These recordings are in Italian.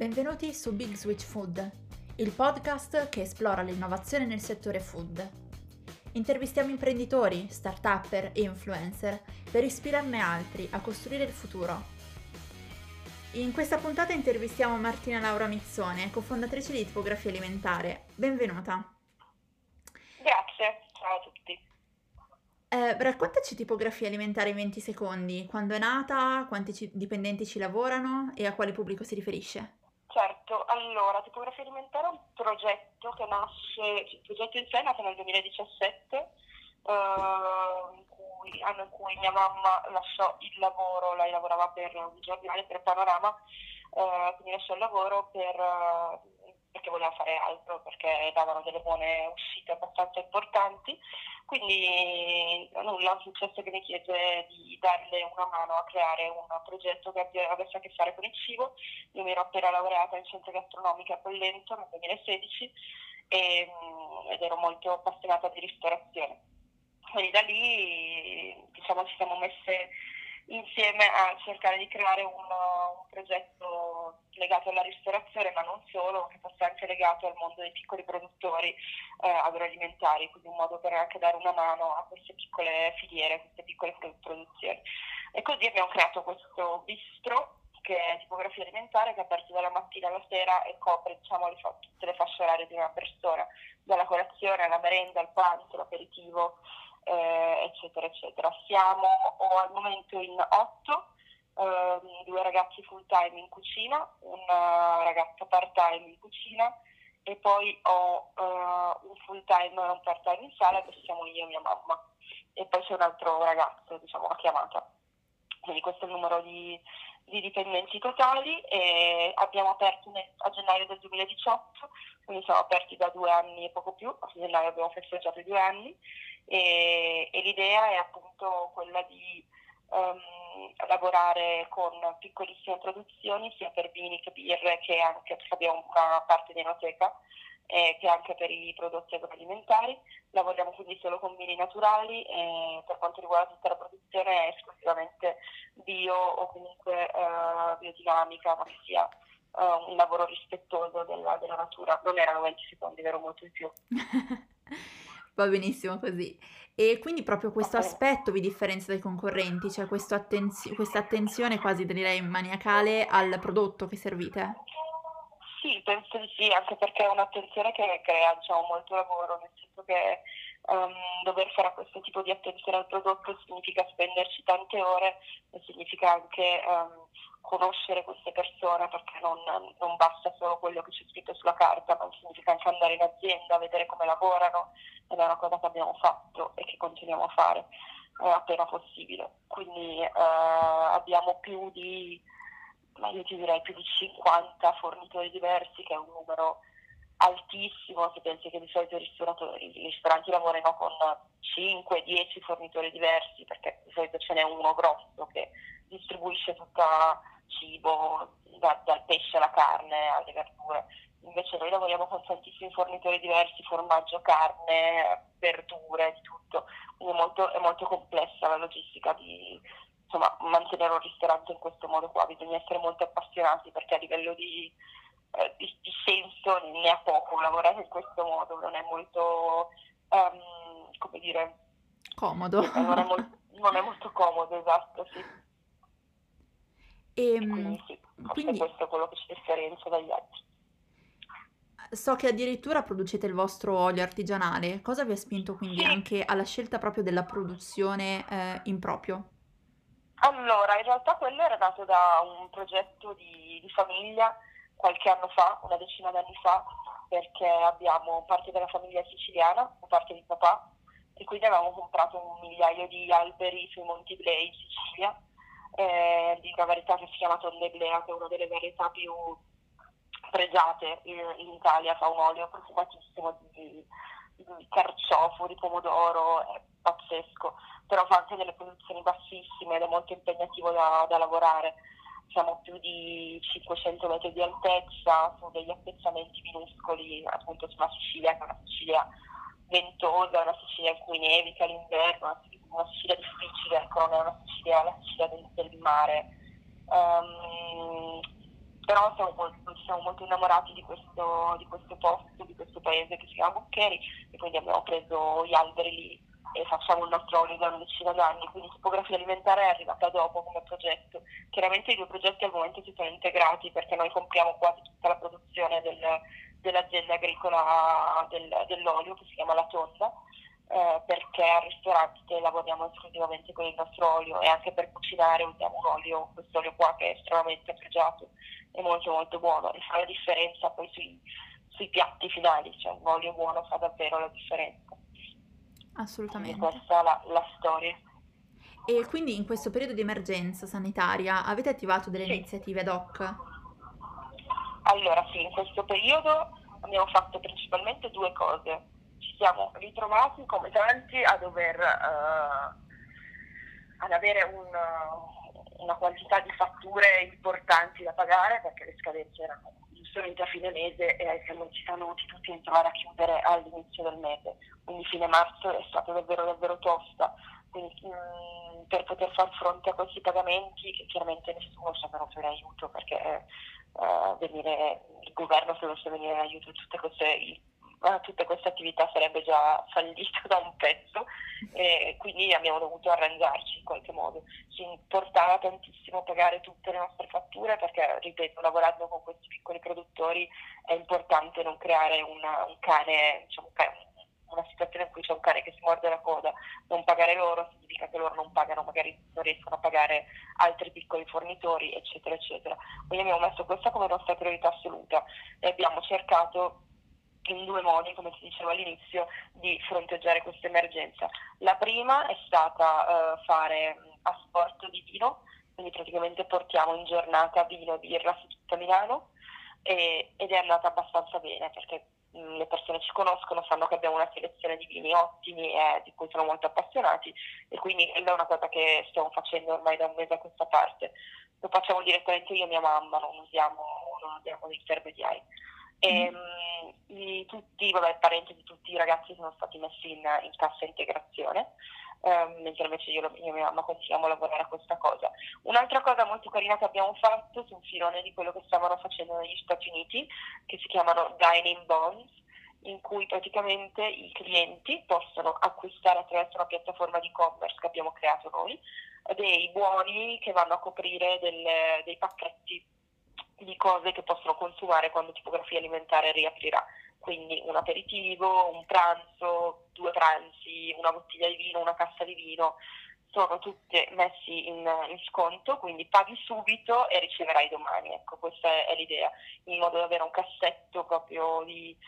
Benvenuti su Big Switch Food, il podcast che esplora l'innovazione nel settore food. Intervistiamo imprenditori, start-upper e influencer per ispirarne altri a costruire il futuro. In questa puntata intervistiamo Martina Laura Mizzone, cofondatrice di Tipografia Alimentare. Benvenuta. Grazie, ciao a tutti. Raccontaci Tipografia Alimentare in 20 secondi. Quando è nata, quanti dipendenti ci lavorano e a quale pubblico si riferisce? Certo, allora, Tipografia Alimentare è un progetto che nasce, il progetto in sé è nato nel 2017, anno in cui mia mamma lasciò il lavoro, lei lavorava per un giornale, per Panorama, quindi lasciò il lavoro perché voleva fare altro, perché davano delle buone uscite abbastanza importanti. Quindi nulla, è successo che mi chiese di darle una mano a creare un progetto che avesse a che fare con il cibo. Io mi ero appena laureata in scienze gastronomiche a Pollento nel 2016 ed ero molto appassionata di ristorazione. Quindi da lì diciamo ci siamo messe insieme a cercare di creare un progetto legato alla ristorazione, ma non solo, che fosse anche legato al mondo dei piccoli produttori agroalimentari, quindi un modo per anche dare una mano a queste piccole filiere, a queste piccole produzioni. E così abbiamo creato questo bistro che è Tipografia Alimentare, che è aperto dalla mattina alla sera e copre tutte le fasce orarie di una persona, dalla colazione alla merenda, al pranzo, l'aperitivo, eccetera eccetera. Siamo al momento in 8, 2 ragazzi full time in cucina, una ragazza part time in cucina e poi ho un full time e un part time in sala, che siamo io e mia mamma, e poi c'è un altro ragazzo, diciamo, a chiamata. Quindi questo è il numero di dipendenti totali, e abbiamo aperto a gennaio del 2018, quindi siamo aperti da 2 anni e poco più, a gennaio abbiamo festeggiato i 2 anni e l'idea è appunto quella di lavorare con piccolissime produzioni sia per vini che birre, che anche perché abbiamo una parte di enoteca, che anche per i prodotti agroalimentari. Lavoriamo quindi solo con vini naturali e per quanto riguarda tutta la produzione è esclusivamente bio o comunque biodinamica, ma che sia un lavoro rispettoso della natura. Non erano 20 secondi, ero molto di più. Va benissimo così. E quindi proprio questo aspetto vi differenzia dai concorrenti, cioè questa attenzione quasi direi maniacale al prodotto che servite? Sì, penso di sì, anche perché è un'attenzione che crea, diciamo, molto lavoro, nel senso che dover fare questo tipo di attenzione al prodotto significa spenderci tante ore e significa anche conoscere queste persone, perché non basta solo quello che c'è scritto sulla carta, ma significa anche andare in azienda, vedere come lavorano, ed è una cosa che abbiamo fatto e che continuiamo a fare appena possibile. Quindi abbiamo io ti direi più di 50 fornitori diversi, che è un numero altissimo, se pensi che di solito i ristoranti lavorano con 5-10 fornitori diversi, perché di solito ce n'è uno grosso che distribuisce tutta cibo, dal pesce alla carne alle verdure. Invece noi lavoriamo con tantissimi fornitori diversi, formaggio, carne, verdure, di tutto. Quindi è molto complessa la logistica di, insomma, mantenere un ristorante in questo modo qua. Bisogna essere molto appassionati, perché a livello di senso ne ha poco. Lavorare in questo modo non è molto, come dire, Comodo. non è molto comodo, esatto, sì. E E quindi sì, forse quindi questo è quello che ci differenzia dagli altri. so che addirittura producete il vostro olio artigianale. Cosa vi ha spinto quindi Sì, anche alla scelta proprio della produzione in proprio? allora, in realtà quello era nato da un progetto di famiglia qualche anno fa, una decina d'anni fa, perché abbiamo parte della famiglia siciliana, da parte di papà, e quindi avevamo comprato un migliaio di alberi sui Monti Iblei in Sicilia, di una varietà che si chiama Tonde Iblea, che è una delle varietà più pregiate in Italia. Fa un olio profumatissimo di carciofo, di pomodoro, è pazzesco, però fa anche delle produzioni bassissime ed è molto impegnativo da lavorare. Siamo più di 500 metri di altezza, su degli appezzamenti minuscoli, appunto sulla Sicilia, che è una Sicilia ventosa, una Sicilia in cui nevica l'inverno, una Sicilia difficile, ecco, non è una Sicilia, la Sicilia del mare. Um, Però siamo molto innamorati di questo posto, di questo paese che si chiama Buccheri, e quindi abbiamo preso gli alberi lì e facciamo il nostro olio da una decina d'anni, quindi tipografia alimentare è arrivata dopo come progetto. Chiaramente i due progetti al momento si sono integrati perché noi compriamo quasi tutta la produzione dell'azienda agricola dell'olio che si chiama La Tonda, perché al ristorante lavoriamo esclusivamente con il nostro olio e anche per cucinare usiamo questo olio qua che è estremamente pregiato e molto molto buono e fa la differenza poi sui piatti finali, cioè un olio buono fa davvero la differenza. Quindi Assolutamente. questa è la storia. E quindi in questo periodo di emergenza sanitaria avete attivato delle Sì. iniziative ad hoc? Allora sì, in questo periodo abbiamo fatto principalmente due cose. Ci siamo ritrovati come tanti a dover ad avere una quantità di fatture importanti da pagare perché le scadenze erano giustamente a fine mese e ci siamo dovuti tutti ritrovare a chiudere all'inizio del mese. Quindi fine marzo è stata davvero davvero tosta. Quindi, per poter far fronte a questi pagamenti, che chiaramente nessuno ci è venuto in aiuto perché il governo se dovesse venire in aiuto in tutte queste attività sarebbe già fallito da un pezzo e quindi abbiamo dovuto arrangiarci in qualche modo. Ci importava tantissimo pagare tutte le nostre fatture perché, ripeto, lavorando con questi piccoli produttori è importante non creare un cane, diciamo, una situazione in cui c'è un cane che si morde la coda. Non pagare loro significa che loro non pagano, magari non riescono a pagare altri piccoli fornitori, eccetera, eccetera. Quindi abbiamo messo questa come nostra priorità assoluta e abbiamo cercato in due modi, come ti dicevo all'inizio, di fronteggiare questa emergenza. La prima è stata fare asporto di vino, quindi praticamente portiamo in giornata vino e birra su tutta Milano ed è andata abbastanza bene perché le persone ci conoscono, sanno che abbiamo una selezione di vini ottimi e di cui sono molto appassionati e quindi quella è una cosa che stiamo facendo ormai da un mese a questa parte. Lo facciamo direttamente io e mia mamma, non usiamo dei intermediari. E, Mhm. tutti, vabbè, parenti di tutti i ragazzi sono stati messi in cassa integrazione, mentre invece io e mia mamma continuiamo a lavorare a questa cosa. Un'altra cosa molto carina che abbiamo fatto su un filone di quello che stavano facendo negli Stati Uniti, che si chiamano Dining Bonds, in cui praticamente i clienti possono acquistare attraverso una piattaforma di e-commerce che abbiamo creato noi, dei buoni che vanno a coprire dei pacchetti di cose che possono consumare quando tipografia alimentare riaprirà. Quindi un aperitivo, un pranzo, due pranzi, una bottiglia di vino, una cassa di vino, sono tutte messi in sconto, quindi paghi subito e riceverai domani. Ecco, questa è l'idea, in modo da avere un cassetto proprio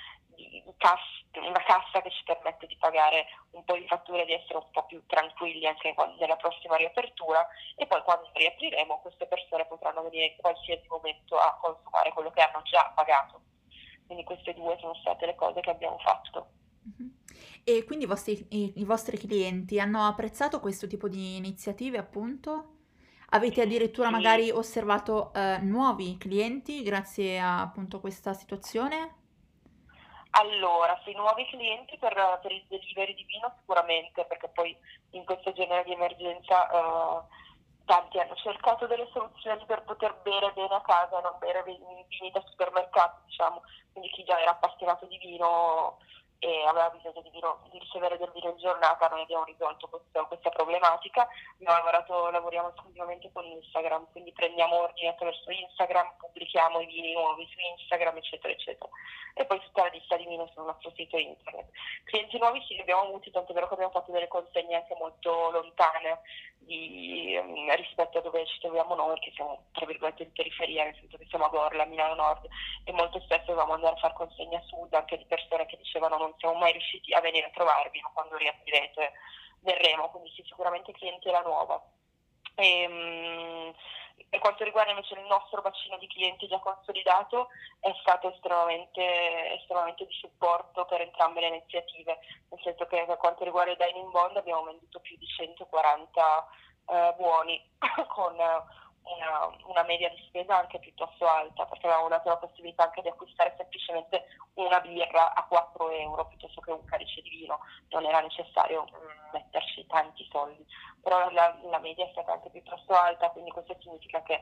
una cassa che ci permette di pagare un po' di fatture e di essere un po' più tranquilli anche nella prossima riapertura e poi quando riapriremo queste persone potranno venire in qualsiasi momento a consumare quello che hanno già pagato. Quindi queste due sono state le cose che abbiamo fatto. Mhm. E quindi i vostri clienti hanno apprezzato questo tipo di iniziative, appunto? Avete addirittura Sì. magari osservato nuovi clienti grazie a appunto questa situazione? Allora, sui nuovi clienti per il delivery di vino sicuramente, perché poi in questo genere di emergenza tanti hanno cercato delle soluzioni per poter bere bene a casa, non bere vini da supermercato, diciamo. Quindi chi già era appassionato di vino e aveva bisogno di ricevere del vino in giornata, noi abbiamo risolto questa problematica. Lavoriamo esclusivamente con Instagram, quindi prendiamo ordini attraverso Instagram, pubblichiamo i vini nuovi su Instagram, eccetera, eccetera. E poi tutta la lista di vino sul nostro sito internet. Clienti nuovi sì, li abbiamo avuti, tanto è vero che abbiamo fatto delle consegne anche molto lontane rispetto a dove ci troviamo noi, che siamo tra virgolette in periferia, nel senso che siamo a Gorla, a Milano Nord, e molto spesso dovevamo andare a fare consegna a sud anche di persone che dicevano non siamo mai riusciti a venire a trovarvi, ma quando riaprirete verremo, quindi sì, sicuramente clientela nuova. Per quanto riguarda invece il nostro bacino di clienti già consolidato, è stato estremamente di supporto per entrambe le iniziative, nel senso che per quanto riguarda il Dining Bond abbiamo venduto più di 140 buoni con una media di spesa anche piuttosto alta, perché avevamo dato la possibilità anche di acquistare semplicemente una birra a 4 euro piuttosto che un calice di vino, non era necessario metterci tanti soldi, però la media è stata anche piuttosto alta, quindi questo significa che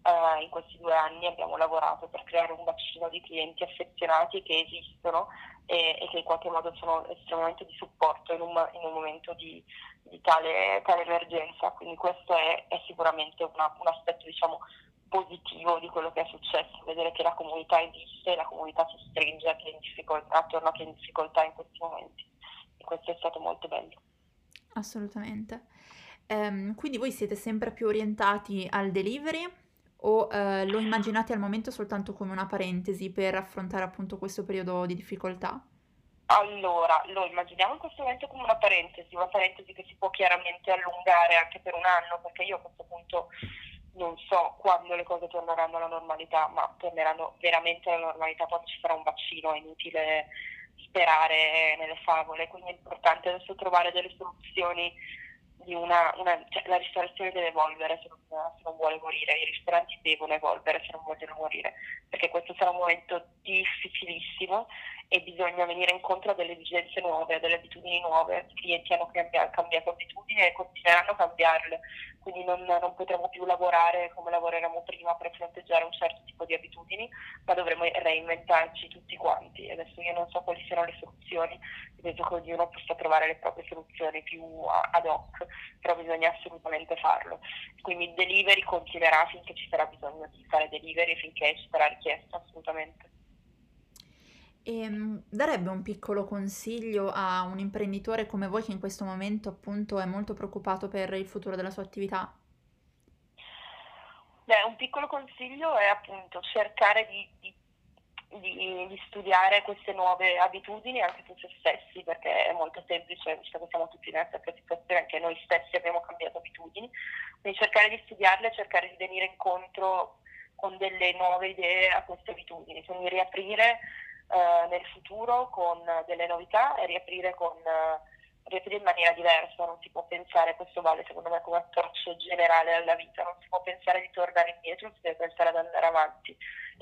in questi 2 anni abbiamo lavorato per creare un bacino di clienti affezionati che esistono e che in qualche modo sono estremamente di supporto in un momento di tale emergenza. Quindi questo è sicuramente un aspetto, diciamo, positivo di quello che è successo, vedere che la comunità esiste, la comunità si stringe a chi è in difficoltà, attorno a chi è in difficoltà in questi momenti. E questo è stato molto bello. Assolutamente. Quindi voi siete sempre più orientati al delivery o lo immaginate al momento soltanto come una parentesi per affrontare appunto questo periodo di difficoltà? Allora, lo immaginiamo in questo momento come una parentesi che si può chiaramente allungare anche per un anno, perché io a questo punto non so quando le cose torneranno alla normalità, ma torneranno veramente alla normalità quando ci sarà un vaccino, è inutile sperare nelle favole, quindi è importante adesso trovare delle soluzioni di cioè, la ristorazione deve evolvere se non vuole morire, i ristoranti devono evolvere se non vogliono morire, perché questo sarà un momento difficilissimo e bisogna venire incontro a delle esigenze nuove, a delle abitudini nuove. I clienti hanno cambiato abitudini e continueranno a cambiarle, quindi non potremo più lavorare come lavoravamo prima per fronteggiare un certo tipo di abitudini, ma dovremo reinventarci tutti quanti. Adesso io non so quali siano le soluzioni, penso che ognuno possa trovare le proprie soluzioni più ad hoc, però bisogna assolutamente farlo. Quindi il delivery continuerà finché ci sarà bisogno di fare delivery, finché ci sarà richiesta, assolutamente. Darebbe un piccolo consiglio a un imprenditore come voi che in questo momento appunto è molto preoccupato per il futuro della sua attività? Beh, un piccolo consiglio è appunto cercare di studiare queste nuove abitudini anche su se stessi, perché è molto semplice, visto che siamo tutti nella stessa situazione, anche noi stessi abbiamo cambiato abitudini, quindi cercare di studiarle, cercare di venire incontro con delle nuove idee a queste abitudini, quindi riaprire nel futuro con delle novità e riaprire in maniera diversa, non si può pensare, questo vale secondo me come approccio generale alla vita, non si può pensare di tornare indietro, si deve pensare ad andare avanti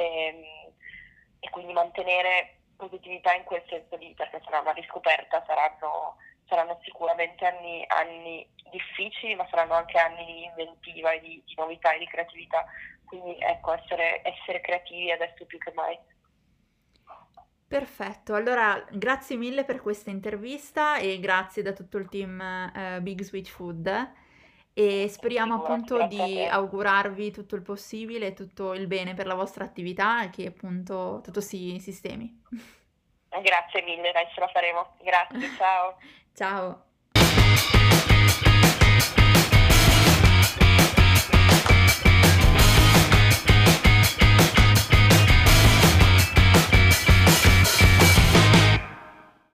e quindi mantenere positività in quel senso lì, perché sarà una riscoperta, saranno sicuramente anni difficili, ma saranno anche anni di inventiva e di novità e di creatività, quindi ecco, essere creativi adesso più che mai. Perfetto, allora grazie mille per questa intervista e grazie da tutto il team Big Switch Food e speriamo Figurati, appunto grazie a di te. augurarvi tutto il possibile e tutto il bene per la vostra attività e che appunto tutto si sistemi. Grazie mille, dai, ce la faremo. Grazie, ciao. Ciao!